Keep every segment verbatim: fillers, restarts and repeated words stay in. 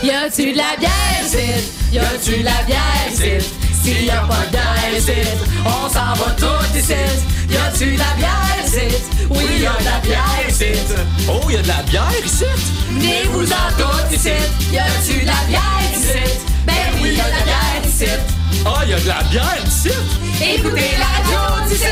Y a-tu de la bière ici? Y a-tu de la bière ici? S'il y a pas de bière ici, on s'en va tout ici. Y a-tu de la bière ici? Oui, y a de la bière ici. Oh, y a de la bière ici? Venez-vous-en tout ici. Y a-tu de la bière ici? Ben oui, y a de la bière ici. Ah, y a de la bière ici? Écoutez la radio d'ici.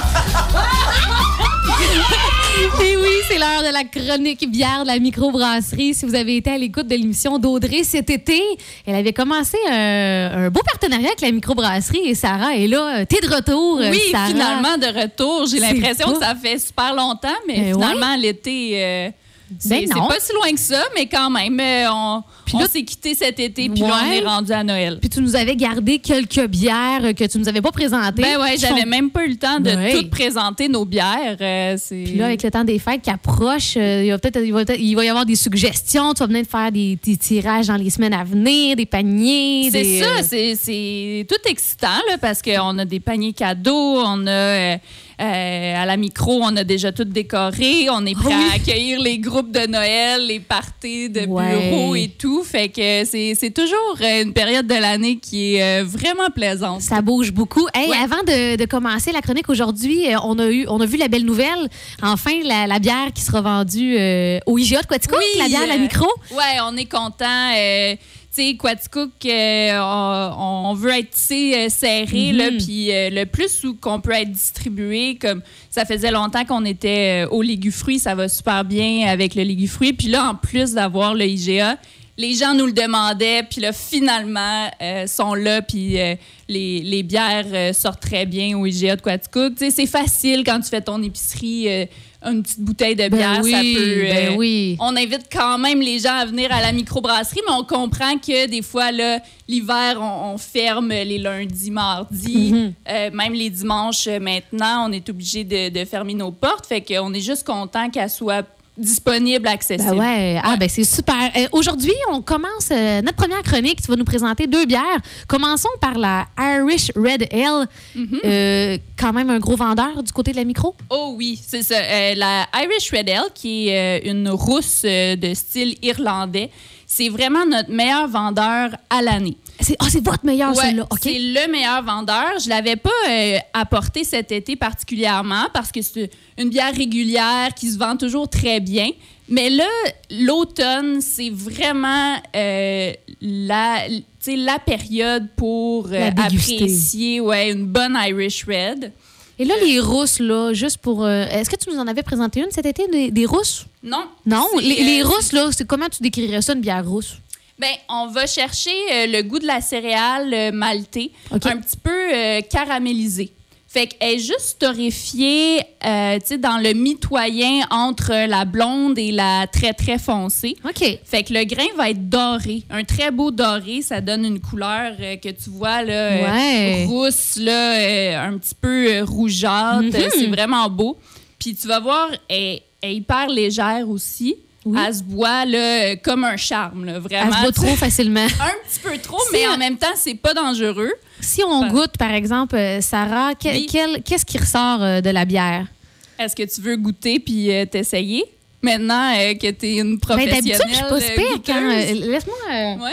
Et oui, c'est l'heure de la chronique bière de la microbrasserie. Si vous avez été à l'écoute de l'émission d'Audrey cet été, elle avait commencé un, un beau partenariat avec la microbrasserie et Sarah est là. T'es de retour, Oui, Sarah. finalement de retour. J'ai C'est l'impression pas... que ça fait super longtemps, mais euh, finalement, ouais. l'été... Euh, C'est, Ben c'est pas si loin que ça, mais quand même, euh, on, on là, s'est quitté cet été, puis ouais. là, on est rendu à Noël. Puis tu nous avais gardé quelques bières que tu nous avais pas présentées. Ben ouais, j'avais font... même pas eu le temps de ouais. toutes présenter nos bières. Euh, c'est... Puis là, avec le temps des fêtes qui approche, euh, il, va peut-être, il, va peut-être, il va y avoir des suggestions. Tu vas venir faire des, des tirages dans les semaines à venir, des paniers. C'est des, ça, euh... c'est, c'est tout excitant, là, parce qu'on a des paniers cadeaux, on a... Euh, Euh, à la micro, on a déjà tout décoré. On est prêt oui. à accueillir les groupes de Noël, les parties de ouais. bureau et tout. Fait que c'est, c'est toujours une période de l'année qui est vraiment plaisante. Ça bouge beaucoup. Hey, ouais. Avant de, de commencer la chronique aujourd'hui, on a eu, on a vu la belle nouvelle. Enfin, la, la bière qui sera vendue euh, au I G A de Quaticook, oui, la bière, euh, la micro. Ouais, on est content. Euh, tu sais, Quaticook, euh, on, on veut être euh, serré, mm-hmm. là, puis euh, le plus où qu'on peut être distribué, comme ça faisait longtemps qu'on était euh, au Légufruit, ça va super bien avec le Légufruit. Puis là, en plus d'avoir le I G A, les gens nous le demandaient, puis là, finalement, euh, sont là, puis euh, les, les bières euh, sortent très bien au I G A de Quaticook. Tu sais, c'est facile quand tu fais ton épicerie, euh, une petite bouteille de bière, ben oui, ça peut... Euh, ben oui. On invite quand même les gens à venir à la microbrasserie, mais on comprend que des fois, là, l'hiver, on, on ferme les lundis, mardis, mm-hmm. euh, même les dimanches maintenant, on est obligé de, de fermer nos portes. Fait qu'on est juste content qu'elle soit disponible, accessible. Ben ouais. Ah, ben c'est super. Euh, aujourd'hui, on commence euh, notre première chronique. Tu vas nous présenter deux bières. Commençons par la Irish Red Ale. Mm-hmm. Euh, quand même un gros vendeur du côté de la micro. Oh oui, c'est ça. Euh, la Irish Red Ale, qui est euh, une rousse euh, de style irlandais, c'est vraiment notre meilleur vendeur à l'année. C'est, oh, c'est votre meilleur, ouais, celui-là. Okay. C'est le meilleur vendeur. Je ne l'avais pas euh, apporté cet été particulièrement parce que c'est une bière régulière qui se vend toujours très bien. Mais là, l'automne, c'est vraiment euh, la, la période pour euh, apprécier ouais, une bonne Irish Red. Et là, les rousses, là, juste pour... Euh, est-ce que tu nous en avais présenté une cet été, des, des rousses? Non. Non? Les, euh, les rousses, là, c'est, comment tu décrirais ça, une bière rousse? Bien, on va chercher euh, le goût de la céréale euh, maltée, okay. un petit peu euh, caramélisé. Fait qu'elle est juste torréfiée euh, tu sais, dans le mitoyen entre la blonde et la très, très foncée. OK. Fait que le grain va être doré. Un très beau doré, ça donne une couleur euh, que tu vois, là, ouais. euh, rousse, là, euh, un petit peu euh, rougeâtre. Mm-hmm. C'est vraiment beau. Puis tu vas voir, elle, elle est hyper légère aussi. Oui. Elle se boit là, comme un charme, là, vraiment. Elle se boit trop facilement. Un petit peu trop, si mais on... en même temps, c'est pas dangereux. Si on ben... goûte, par exemple, Sarah, que, oui. quel, qu'est-ce qui ressort euh, de la bière? Est-ce que tu veux goûter puis euh, t'essayer? Maintenant euh, que tu es une professionnelle. Ben, d'habitude, je suis pas super quand. Euh, laisse-moi. Euh... Ouais.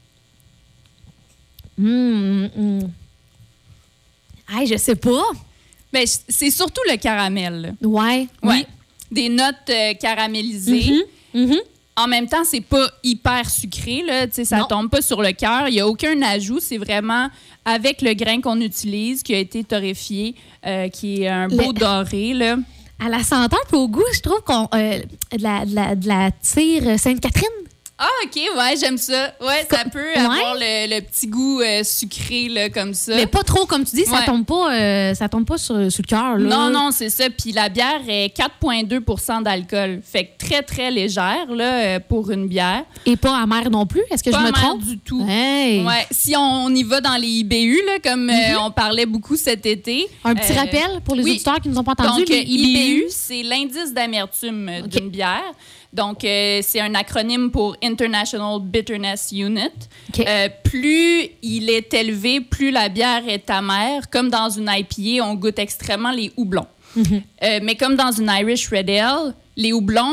Hum, hum. Hey, je sais pas. Ben, c'est surtout le caramel. Ouais. Ouais. Oui. Des notes euh, caramélisées. Mm-hmm. Mm-hmm. En même temps, c'est pas hyper sucré, là. Ça non. tombe pas sur le cœur. Il n'y a aucun ajout. C'est vraiment avec le grain qu'on utilise, qui a été torréfié, euh, qui est un beau le... doré, là. À la senteur puis au goût, je trouve qu'on euh, de, la, de, la, de la tire Sainte-Catherine. Ah, OK, ouais, j'aime ça. Ouais, ça peut ouais. avoir le, le petit goût euh, sucré, là, comme ça. Mais pas trop, comme tu dis, ça ouais. tombe pas, euh, ça tombe pas sur, sur le cœur, là. Non, non, c'est ça. Puis la bière est quatre virgule deux pour cent d'alcool. Fait que très, très légère, là, pour une bière. Et pas amère non plus, est-ce que pas je me trompe? Pas du tout. Hey. Ouais. Si on y va dans les I B U, là, comme mm-hmm. euh, on parlait beaucoup cet été. Un petit euh, rappel pour les oui. auditeurs qui ne nous ont pas entendus. Donc, les I B U, c'est l'indice d'amertume okay. d'une bière. Donc, euh, c'est un acronyme pour International Bitterness Unit. Okay. Euh, plus il est élevé, plus la bière est amère. Comme dans une I P A, on goûte extrêmement les houblons. Mm-hmm. Euh, mais comme dans une Irish Red Ale, les houblons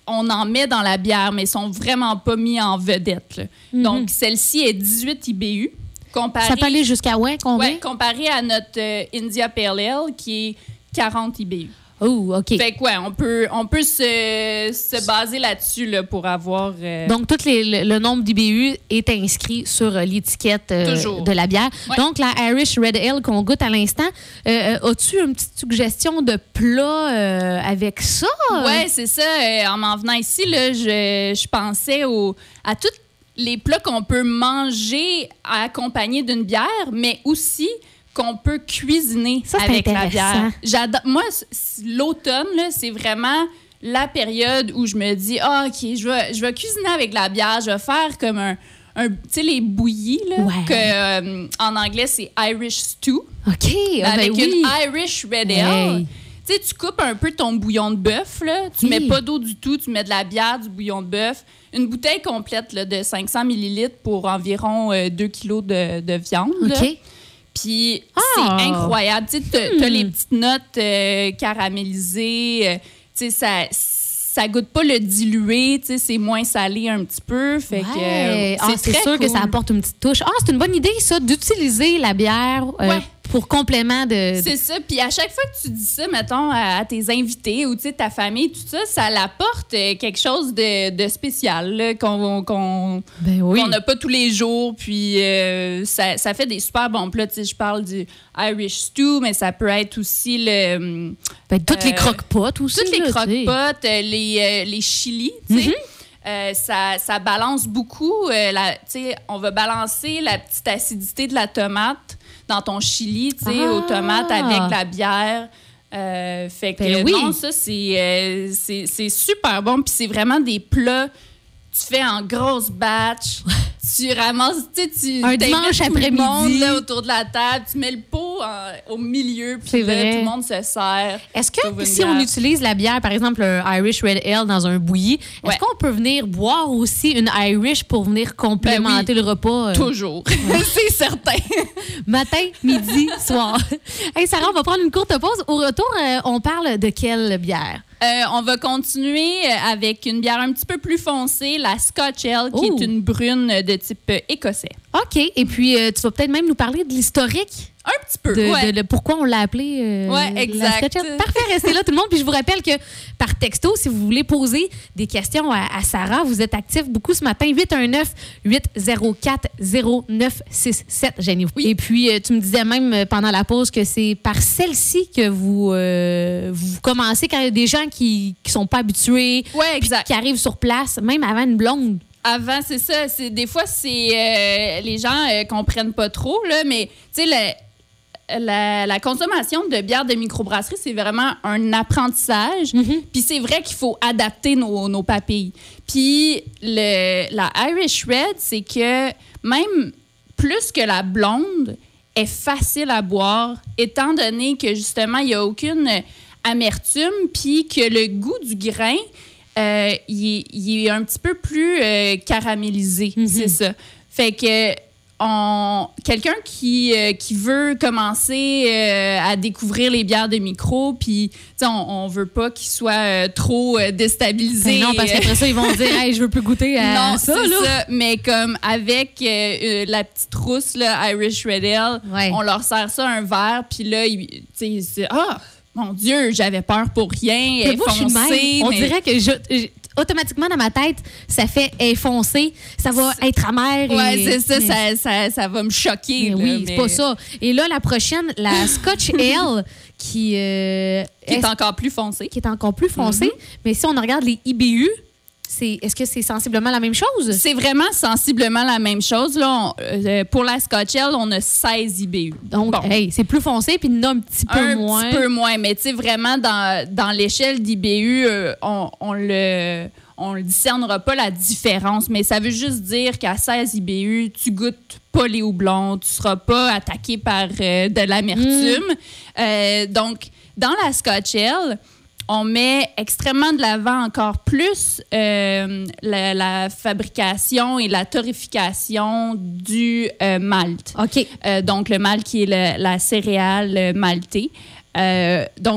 on en met dans la bière, mais ils sont vraiment pas mis en vedette. Là. Mm-hmm. Donc, celle-ci est dix-huit I B U. Comparé, ça peut aller jusqu'à ouais, combien? Ouais, comparé à notre euh, India Pale Ale, qui est quarante I B U. Oh, OK. Fait que, ouais, on peut, on peut se, se baser là-dessus là, pour avoir... Euh... Donc, tout les, le, le nombre d'I B U est inscrit sur euh, l'étiquette euh, de la bière. Ouais. Donc, la Irish Red Ale qu'on goûte à l'instant, euh, as-tu une petite suggestion de plat euh, avec ça? Oui, c'est ça. Euh, en m'en venant ici, là, je, je pensais au, à tous les plats qu'on peut manger accompagnés d'une bière, mais aussi... qu'on peut cuisiner ça, avec la bière. J'adore. Moi, l'automne, là, c'est vraiment la période où je me dis, ah, OK, je vais, je vais cuisiner avec la bière, je vais faire comme un, un tu sais, les bouillies, là, ouais. que, euh, en anglais, c'est Irish stew. OK, avec ben oui. une Irish Red Ale. Hey. Tu sais, tu coupes un peu ton bouillon de bœuf, là. Tu oui. mets pas d'eau du tout, tu mets de la bière, du bouillon de bœuf. Une bouteille complète là, de cinq cents millilitres pour environ euh, deux kilos de, de viande. OK. Là. Puis oh. c'est incroyable. Tu sais, t'as, t'as les petites notes euh, caramélisées. Euh, tu sais, ça, ça goûte pas le dilué. Tu sais, c'est moins salé un petit peu. Fait ouais. que euh, ah, c'est, c'est très sûr cool. que ça apporte une petite touche. Ah, c'est une bonne idée, ça, d'utiliser la bière euh, ouais. pour complément de... C'est ça. Puis à chaque fois que tu dis ça, mettons, à, à tes invités ou, tu sais, ta famille, tout ça, ça l'apporte euh, quelque chose de, de spécial, là, qu'on qu'on ben oui. qu'on n'a pas tous les jours. Puis euh, ça, ça fait des super bons plats. Tu sais, je parle du Irish stew, mais ça peut être aussi le... Ben, toutes euh, les croque-potes aussi. Toutes les là, croque-potes, euh, les, euh, les chilis, tu sais. Mm-hmm. Euh, ça, ça balance beaucoup. Euh, la, on va balancer la petite acidité de la tomate dans ton chili, tu sais, ah. aux tomates avec la bière. Euh, fait que ben oui. non, ça, c'est, euh, c'est, c'est super bon. Puis c'est vraiment des plats tu fais en grosse batch. Tu ramasses, tu sais, tu un dimanche tout après-midi le monde là, autour de la table, tu mets le pot en, au milieu, puis là, tout le monde se sert. Est-ce que si bière. on utilise la bière, par exemple, un Irish Red Ale dans un bouilli, est-ce ouais. qu'on peut venir boire aussi une Irish pour venir complémenter ben oui, le repas? Euh... Toujours. C'est certain. Matin, midi, soir. Hey, Sarah, on va prendre une courte pause. Au retour, euh, on parle de quelle bière? Euh, on va continuer avec une bière un petit peu plus foncée, la Scotch Ale, qui oh. est une brune de type écossais. OK. Et puis, euh, tu vas peut-être même nous parler de l'historique. Un petit peu, de, ouais. de, de pourquoi on l'a appelé euh, ouais, exact. la Scotch Ale. Parfait, restez là tout le monde. Puis je vous rappelle que par texto, si vous voulez poser des questions à, à Sarah, vous êtes actifs beaucoup ce matin. huit un neuf, huit zéro quatre, zéro neuf six sept. Gênez-vous. Oui. Et puis, euh, tu me disais même pendant la pause que c'est par celle-ci que vous, euh, vous commencez quand il y a des gens qui ne sont pas habitués, ouais, exact. qui arrivent sur place, même avant une blonde. Avant, c'est ça. C'est, des fois, c'est euh, les gens euh, comprennent pas trop, là, mais tu sais, le... La, la consommation de bière de microbrasserie, c'est vraiment un apprentissage. Mm-hmm. Puis c'est vrai qu'il faut adapter nos, nos papilles. Puis le, la Irish Red, c'est que même plus que la blonde, est facile à boire, étant donné que justement, il n'y a aucune amertume, puis que le goût du grain, euh, il, il est un petit peu plus euh, caramélisé. Mm-hmm. C'est ça. Fait que On, quelqu'un qui, euh, qui veut commencer euh, à découvrir les bières de micro, puis on, on veut pas qu'il soit euh, trop euh, déstabilisé. Ben non, parce qu'après ça, ils vont dire hey, « je veux plus goûter à non, ça. » Non, c'est là. ça. Mais comme avec euh, euh, la petite rousse, là, Irish Red Ale, ouais. on leur sert ça un verre, puis là, ils, c'est « Ah, mon Dieu, j'avais peur pour rien. » Elle est foncée. On mais... dirait que je... je automatiquement, dans ma tête, ça fait foncé, ça va être amer. Oui, c'est ça, mais... ça, ça, ça va me choquer. Mais là, oui, mais... c'est pas ça. Et là, la prochaine, la Scotch Ale, qui... Euh, qui est, est encore plus foncée. Qui est encore plus foncée. Mm-hmm. Mais si on regarde les I B U, c'est, est-ce que c'est sensiblement la même chose? C'est vraiment sensiblement la même chose. Là, on, euh, pour la Scotch Ale, on a seize I B U. Donc, bon. hey, c'est plus foncé, puis il y en a un petit peu un moins. Un petit peu moins, mais tu sais, vraiment, dans, dans l'échelle d'I B U, euh, on, on le... on ne discernera pas la différence, mais ça veut juste dire qu'à seize I B U, tu goûtes pas les houblons, tu ne seras pas attaqué par euh, de l'amertume. Mm. Euh, donc, dans la Scotch Ale, on met extrêmement de l'avant encore plus euh, la, la fabrication et la torréfication du euh, malt. OK. Euh, donc, le malt qui est le, la céréale maltée. Euh, donc,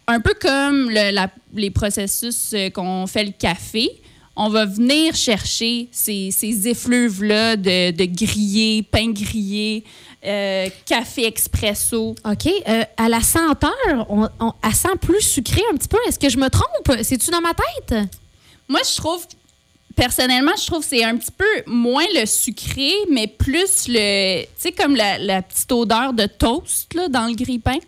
un peu comme le, la, les processus euh, qu'on fait le café, on va venir chercher ces, ces effluves-là de, de grillé, pain grillé, euh, café expresso. OK. Euh, à la senteur, on, on, elle sent plus sucrée un petit peu. Est-ce que je me trompe? C'est-tu dans ma tête? Moi, je trouve, personnellement, je trouve que c'est un petit peu moins le sucré, mais plus le, tu sais, comme la, la petite odeur de toast là, dans le grille-pain.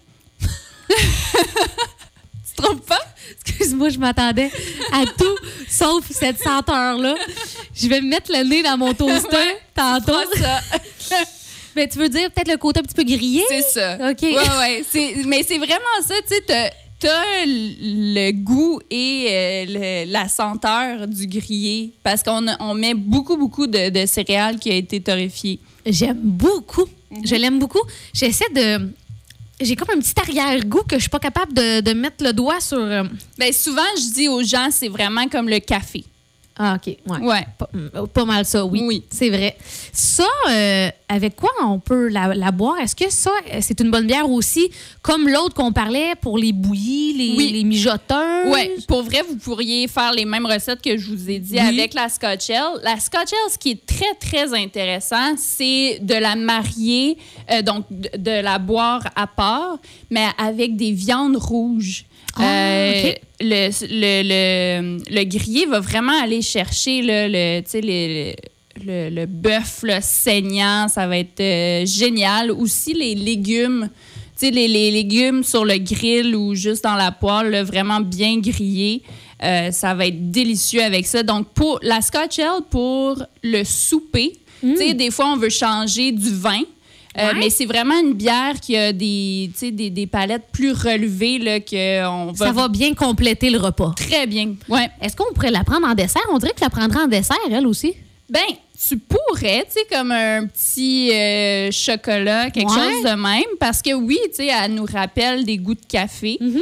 Tu te trompes pas? Excuse-moi, je m'attendais à tout sauf cette senteur-là. Je vais me mettre le nez dans mon toaster Ouais, tantôt. C'est ça. Mais tu veux dire peut-être le côté un petit peu grillé? C'est ça. OK. Ouais, ouais. C'est, mais c'est vraiment ça, tu sais, t'as, t'as le goût et euh, le- la senteur du grillé parce qu'on a- on met beaucoup, beaucoup de, de céréales qui a été torréfiées. J'aime beaucoup. Je l'aime beaucoup. J'essaie de... J'ai comme un petit arrière-goût que je suis pas capable de, de mettre le doigt sur... euh, Ben souvent, je dis aux gens, c'est vraiment comme le café. Ah, OK. Ouais. Ouais. Pas, pas mal ça, oui. Oui. C'est vrai. Ça, euh, avec quoi on peut la, la boire? Est-ce que ça, c'est une bonne bière aussi, comme l'autre qu'on parlait pour les bouillies, les, Oui. les mijoteuses? Oui, pour vrai, vous pourriez faire les mêmes recettes que je vous ai dit Oui. avec la Scotch Ale. La Scotch Ale, ce qui est très, très intéressant, c'est de la marier, euh, donc de, de la boire à part, mais avec des viandes rouges. Ah, Euh, OK. le, le, le, le grillé va vraiment aller chercher là, le, tu sais, le, le, le bœuf là, saignant. Ça va être euh, génial. Aussi, les légumes. Tu sais, les, les légumes sur le grill ou juste dans la poêle, là, vraiment bien grillés. Euh, ça va être délicieux avec ça. Donc, pour la Scotch Ale, pour le souper, tu sais, des fois, on veut changer du vin. Euh, Ouais. Mais c'est vraiment une bière qui a des, tu sais, des, des palettes plus relevées là, que on va, Ça va bien compléter le repas. très bien. Ouais. Est-ce qu'on pourrait la prendre en dessert? On dirait que la prendrait en dessert, elle aussi. Ben, tu pourrais, tu sais, comme un petit euh, chocolat, quelque Ouais. chose de même, parce que oui, tu sais, elle nous rappelle des goûts de café. Mm-hmm.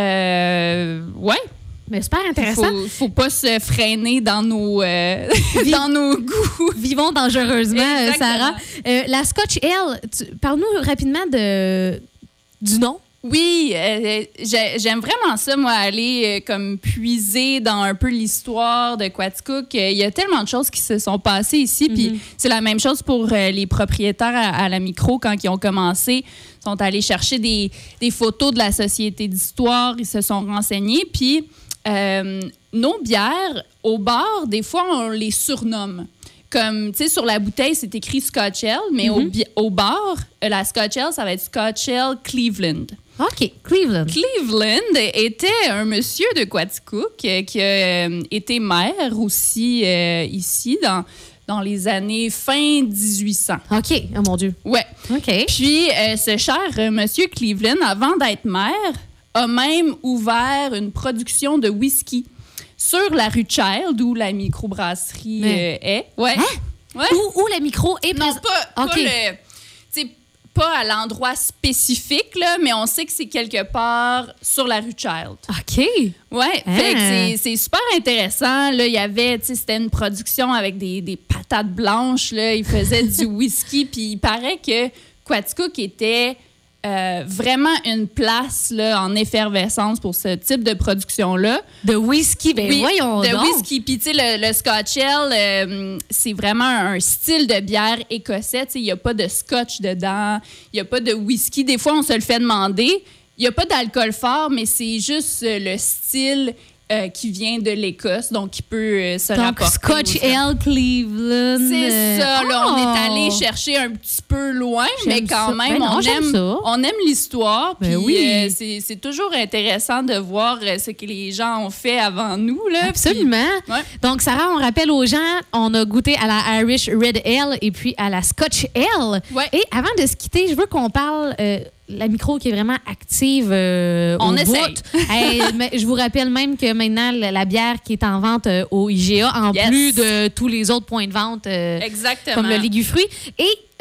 Euh, ouais. Mais super intéressant. Faut, faut pas se freiner dans nos, euh, dans nos goûts. Vivons dangereusement, euh, Exactement. Sarah. Euh, la Scotch Ale, tu- parle-nous rapidement de, du nom. Oui, euh, j'ai- j'aime vraiment ça, moi, aller euh, comme puiser dans un peu l'histoire de Quaticook. Euh, Il y a tellement de choses qui se sont passées ici, puis c'est la même chose pour euh, les propriétaires à, à la micro quand ils ont commencé. Ils sont allés chercher des, des photos de la Société d'histoire, ils se sont renseignés, puis euh, nos bières, au bar, des fois, on les surnomme. Comme, tu sais, sur la bouteille, c'est écrit Scotch Ale, mais au, bi- au bar, euh, la Scotch Ale, ça va être Scotch Ale Cleveland. OK, Cleveland. Cleveland était un monsieur de Quaticook euh, qui a euh, été maire aussi euh, ici dans, dans les années fin dix-huit cents. OK, oh mon Dieu. Ouais. OK. Puis, euh, ce cher euh, monsieur Cleveland, avant d'être maire, a même ouvert une production de whisky sur la rue Child, où la microbrasserie Mais- euh, est. Ouais. Ouais. Où, où la micro est Non, présente? pas, pas OK. le... tu sais, pas à l'endroit spécifique, là, mais on sait que c'est quelque part sur la rue Child. OK. Ouais, Ah. fait que c'est- c'est super intéressant. Là, il y avait, tu sais, c'était une production avec des, des patates blanches. Là, ils faisaient du whisky, puis il paraît que Quaticook était euh, vraiment une place là, en effervescence pour ce type de production-là. De whisky, ben Oui, voyons de donc. whisky. Puis, tu sais, le, le Scotch Ale, euh, c'est vraiment un style de bière écossais. Tu sais, il n'y a pas de scotch dedans, il n'y a pas de whisky. Des fois, on se le fait demander. Il n'y a pas d'alcool fort, mais c'est juste euh, le style euh, qui vient de l'Écosse, donc qui peut euh, se Donc, rapporter. Scotch aux- Ale Cleveland. C'est ça, là, on Oh! est allé chercher un petit peu loin, mais J'aime quand ça. même, Ben non, on, j'aime aime, ça. on aime l'histoire. Ben puis oui. euh, c'est c'est toujours intéressant de voir euh, ce que les gens ont fait avant nous. Là, Absolument. Puis- ouais. Donc, Sarah, on rappelle aux gens, on a goûté à la Irish Red Ale et puis à la Scotch Ale. Ouais. Et avant de se quitter, je veux qu'on parle... euh, la micro qui est vraiment active euh, On au essaye. bout. Hey, mais je vous rappelle même que maintenant, la, la bière qui est en vente euh, au I G A, en Yes. plus de tous les autres points de vente, euh, Exactement. comme le Légufruit. Et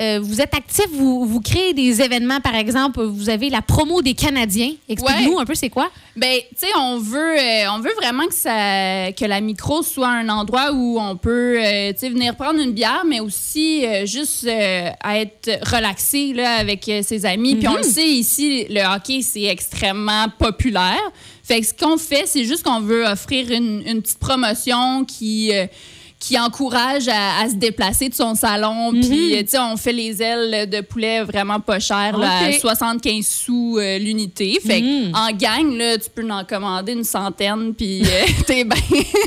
euh, vous êtes actif, vous, vous créez des événements, par exemple, vous avez la promo des Canadiens. Explique-nous Ouais. un peu c'est quoi. Ben, tu sais, on veut, euh, on veut vraiment que ça, que la micro soit un endroit où on peut, euh, tu sais, venir prendre une bière, mais aussi euh, juste euh, être relaxé là avec euh, ses amis. Puis on le sait ici, le hockey c'est extrêmement populaire. Fait que ce qu'on fait, c'est juste qu'on veut offrir une, une petite promotion qui euh, qui encourage à, à se déplacer de son salon. Mm-hmm. Puis, tu sais, on fait les ailes de poulet vraiment pas chères, là, Okay. à soixante-quinze sous euh, l'unité. Fait Mm. en gang, là, tu peux en commander une centaine, puis euh, t'es bien.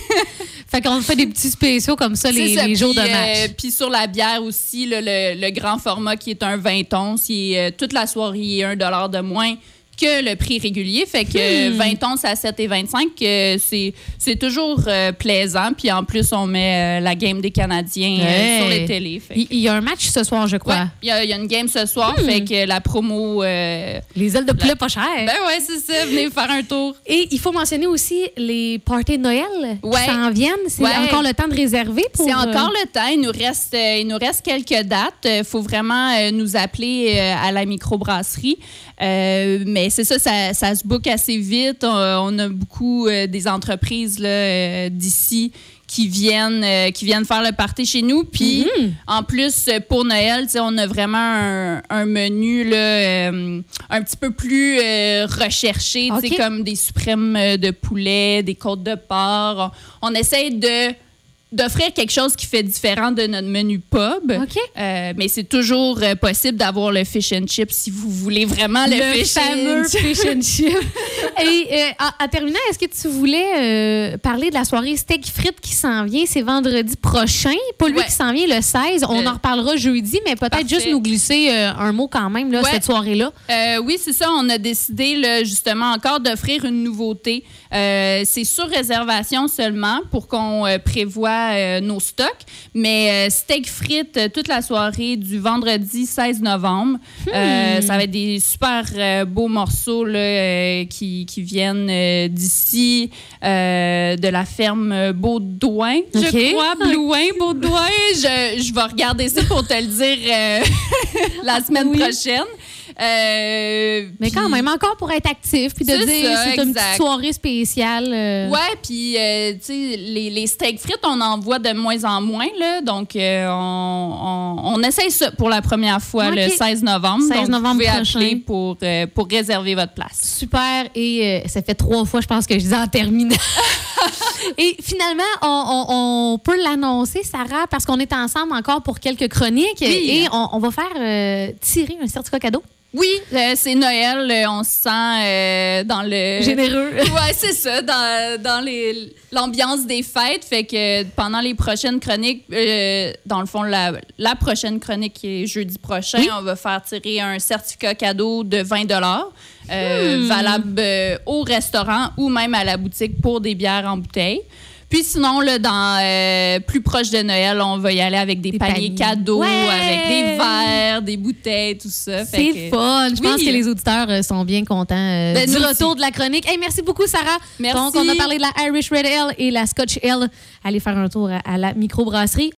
Fait qu'on fait des petits spéciaux comme ça les, C'est ça. les jours de Puis, match. euh, Puis sur la bière aussi, là, le, le grand format qui est un vingt onces, il est, euh, toute la soirée, il est un dollar de moins que le prix régulier. Fait que Hmm. vingt onces à sept et vingt-cinq, euh, c'est, c'est toujours euh, plaisant. Puis en plus, on met euh, la game des Canadiens euh, Hey. sur les télés. Fait que- Il il y a un match ce soir, je crois. Ouais, il y, a- il y a une game ce soir, Hmm. fait que la promo... euh, Les ailes de poulet pas chères. Ben ouais, c'est ça, venez faire un tour. Et il faut mentionner aussi les parties de Noël Ouais. qui s'en viennent. C'est Ouais. encore le temps de réserver pour... C'est encore euh, le temps. Il nous reste, euh, il nous reste quelques dates. Il faut vraiment euh, nous appeler euh, à la microbrasserie. Euh, mais c'est ça, ça, ça se book assez vite. On, on a beaucoup euh, des entreprises là, euh, d'ici qui viennent, euh, qui viennent faire le party chez nous. Puis, Mhm. en plus, euh, pour Noël, tu sais, on a vraiment un, un menu là, euh, un petit peu plus euh, recherché, tu sais, Ok. comme des suprêmes euh, de poulet, des côtes de porc. On, on essaie de d'offrir quelque chose qui fait différent de notre menu pub. OK. Euh, mais c'est toujours euh, possible d'avoir le fish and chip si vous voulez vraiment le, Le fish fameux and chip. fish and chip. Et euh, en, en terminant, est-ce que tu voulais euh, parler de la soirée steak frites qui s'en vient? C'est vendredi prochain. Pas lui Ouais. qui s'en vient le seize. On Le- en reparlera jeudi, mais peut-être Parfait. juste nous glisser euh, un mot quand même, là, Ouais. cette soirée-là. Euh, oui, c'est ça. On a décidé là, justement encore d'offrir une nouveauté. Euh, c'est sur réservation seulement pour qu'on euh, prévoie euh, nos stocks. Mais euh, steak frites euh, toute la soirée du vendredi seize novembre. Euh, ça va être des super euh, beaux morceaux là, euh, qui, qui viennent euh, d'ici, euh, de la ferme Baudouin, je OK. crois. Blouin, Baudouin. Je, je vais regarder ça pour te le dire euh, la semaine Oui. prochaine. Euh, Mais puis- quand même, encore pour être actif, puis de C'est dire ça, c'est une exact. petite soirée spéciale. euh, Ouais, puis euh, tu sais, les, les steaks frites, on en voit de moins en moins, là. Donc, euh, on, on, on essaye ça pour la première fois OK. le seize novembre. seize donc, novembre vous pouvez prochain. appeler pour, euh, pour réserver votre place. Super. Et euh, ça fait trois fois, je pense, que je dis en terminant. Et finalement, on, on- on peut l'annoncer, Sarah, parce qu'on est ensemble encore pour quelques chroniques. Oui. Et on, on va faire euh, tirer un certificat cadeau. Oui, euh, c'est Noël. euh, on se sent euh, dans le... Généreux. Ouais, c'est ça, dans, dans les- l'ambiance des fêtes. Fait que pendant les prochaines chroniques, euh, dans le fond, la, la prochaine chronique qui est jeudi prochain, Oui. on va faire tirer un certificat cadeau de vingt dollars euh, Hmm. valable euh, au restaurant ou même à la boutique pour des bières en bouteille. Puis sinon, là, dans euh, plus proche de Noël, on va y aller avec des, Des paniers, paniers. cadeaux, Ouais! avec des verres, des bouteilles, tout ça. Fait C'est que- le fun. Je Oui. pense que les auditeurs euh, sont bien contents euh, Ben, du nous retour aussi. de la chronique. Hey, merci beaucoup, Sarah. Merci. Donc, on a parlé de la Irish Red Ale et la Scotch Ale. Allez faire un tour à, à la microbrasserie.